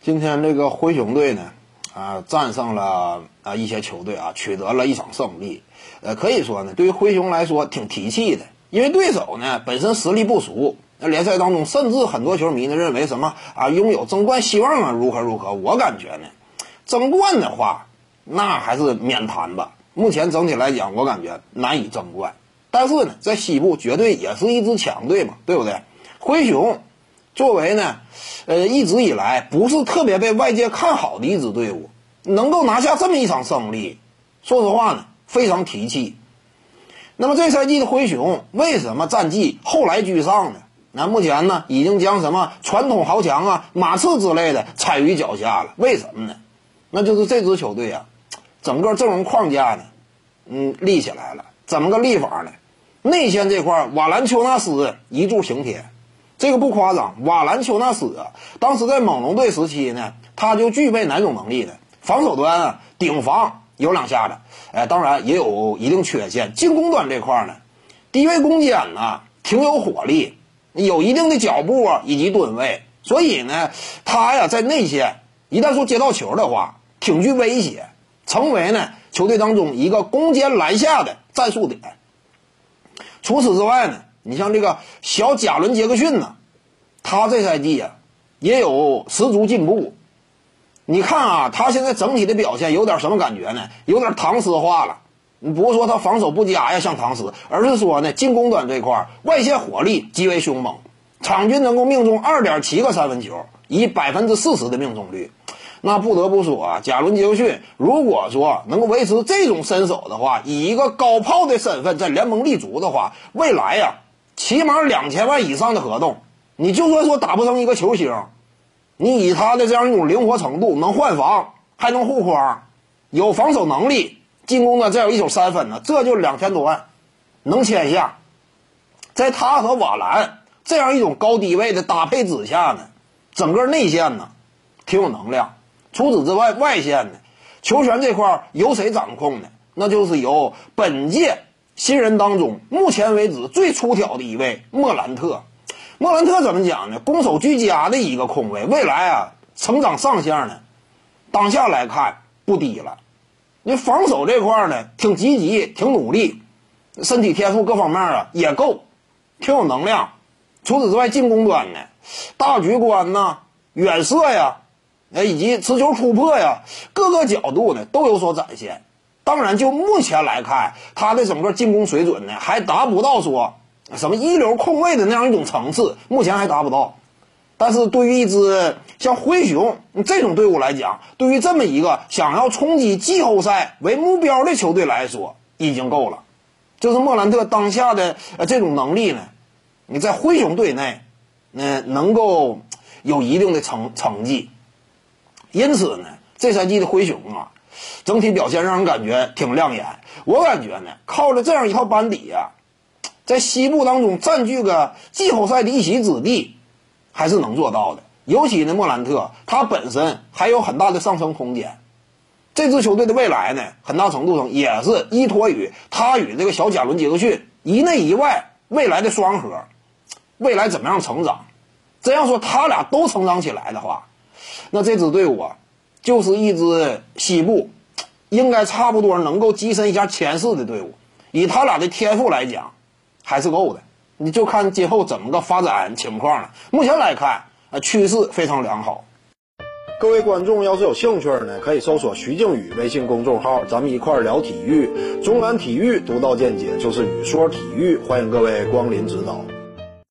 今天这个灰熊队呢，战胜了一些球队取得了一场胜利。可以说呢，对于灰熊来说挺提气的，因为对手呢本身实力不俗。联赛当中，甚至很多球迷呢认为什么拥有争冠希望如何如何。我感觉呢，争冠的话，那还是免谈吧。目前整体来讲，我感觉难以争冠。但是呢，在西部绝对也是一支强队嘛，对不对？灰熊作为呢，一直以来不是特别被外界看好的一支队伍，能够拿下这么一场胜利，说实话呢，非常提气。那么这赛季的灰熊为什么战绩后来居上呢？那目前呢，已经将什么传统豪强马刺之类的踩于脚下了。为什么呢？那就是这支球队整个阵容框架呢，立起来了。怎么个立法呢？内线这块，瓦兰丘纳斯一柱擎天。这个不夸张，瓦兰丘纳斯当时在猛龙队时期呢，他就具备哪种能力呢？防守端顶防有两下的，当然也有一定缺陷。进攻端这块呢，低位攻坚挺有火力，有一定的脚步以及吨位，所以呢，他在内线一旦说接到球的话，挺具威胁，成为呢球队当中一个攻坚篮下的战术点。除此之外呢，你像这个小贾伦·杰克逊他这赛季也有十足进步。你看他现在整体的表现有点什么感觉呢？有点唐斯化了。你不是说他防守不佳像唐斯，而是说呢，进攻端这块外线火力极为凶猛，场均能够命中 2.7 个三分球，以 40% 的命中率。那不得不说贾伦·杰克逊如果说能够维持这种身手的话，以一个高炮的身份在联盟立足的话，未来起码2000万以上的合同，你就算说打不成一个球星，你以他的这样一种灵活程度，能换防还能护框，有防守能力，进攻再有一手三分这就2000多万能签下。在他和瓦兰这样一种高低位的搭配之下呢，整个内线挺有能量。除此之外，外线球权这块由谁掌控呢？那就是由本届新人当中目前为止最出挑的一位莫兰特。莫兰特怎么讲呢？攻守俱佳的一个控卫，未来成长上限呢，当下来看不低了。你防守这块呢，挺积极，挺努力，身体天赋各方面也够，挺有能量。除此之外，进攻端呢，大局观远射以及持球突破各个角度呢都有所展现。当然就目前来看，他的整个进攻水准呢还达不到说什么一流控卫的那样一种层次，目前还达不到。但是对于一支像灰熊这种队伍来讲，对于这么一个想要冲击季后赛为目标的球队来说，已经够了。就是莫兰特当下的这种能力呢，你在灰熊队内能够有一定的成绩。因此呢，这赛季的灰熊整体表现让人感觉挺亮眼。我感觉呢，靠着这样一套班底在西部当中占据个季后赛的一席之地，还是能做到的。尤其呢，莫兰特他本身还有很大的上升空间。这支球队的未来呢，很大程度上也是依托于他与这个小贾伦·杰克逊一内一外未来的双核，未来怎么样成长。这样说他俩都成长起来的话，那这支队伍就是一支西部应该差不多能够跻身一下前4的队伍。以他俩的天赋来讲，还是够的。你就看今后怎么个发展情况了。目前来看趋势非常良好。各位观众要是有兴趣呢，可以搜索徐静宇微信公众号，咱们一块聊体育。中南体育独到见解就是语说体育，欢迎各位光临指导。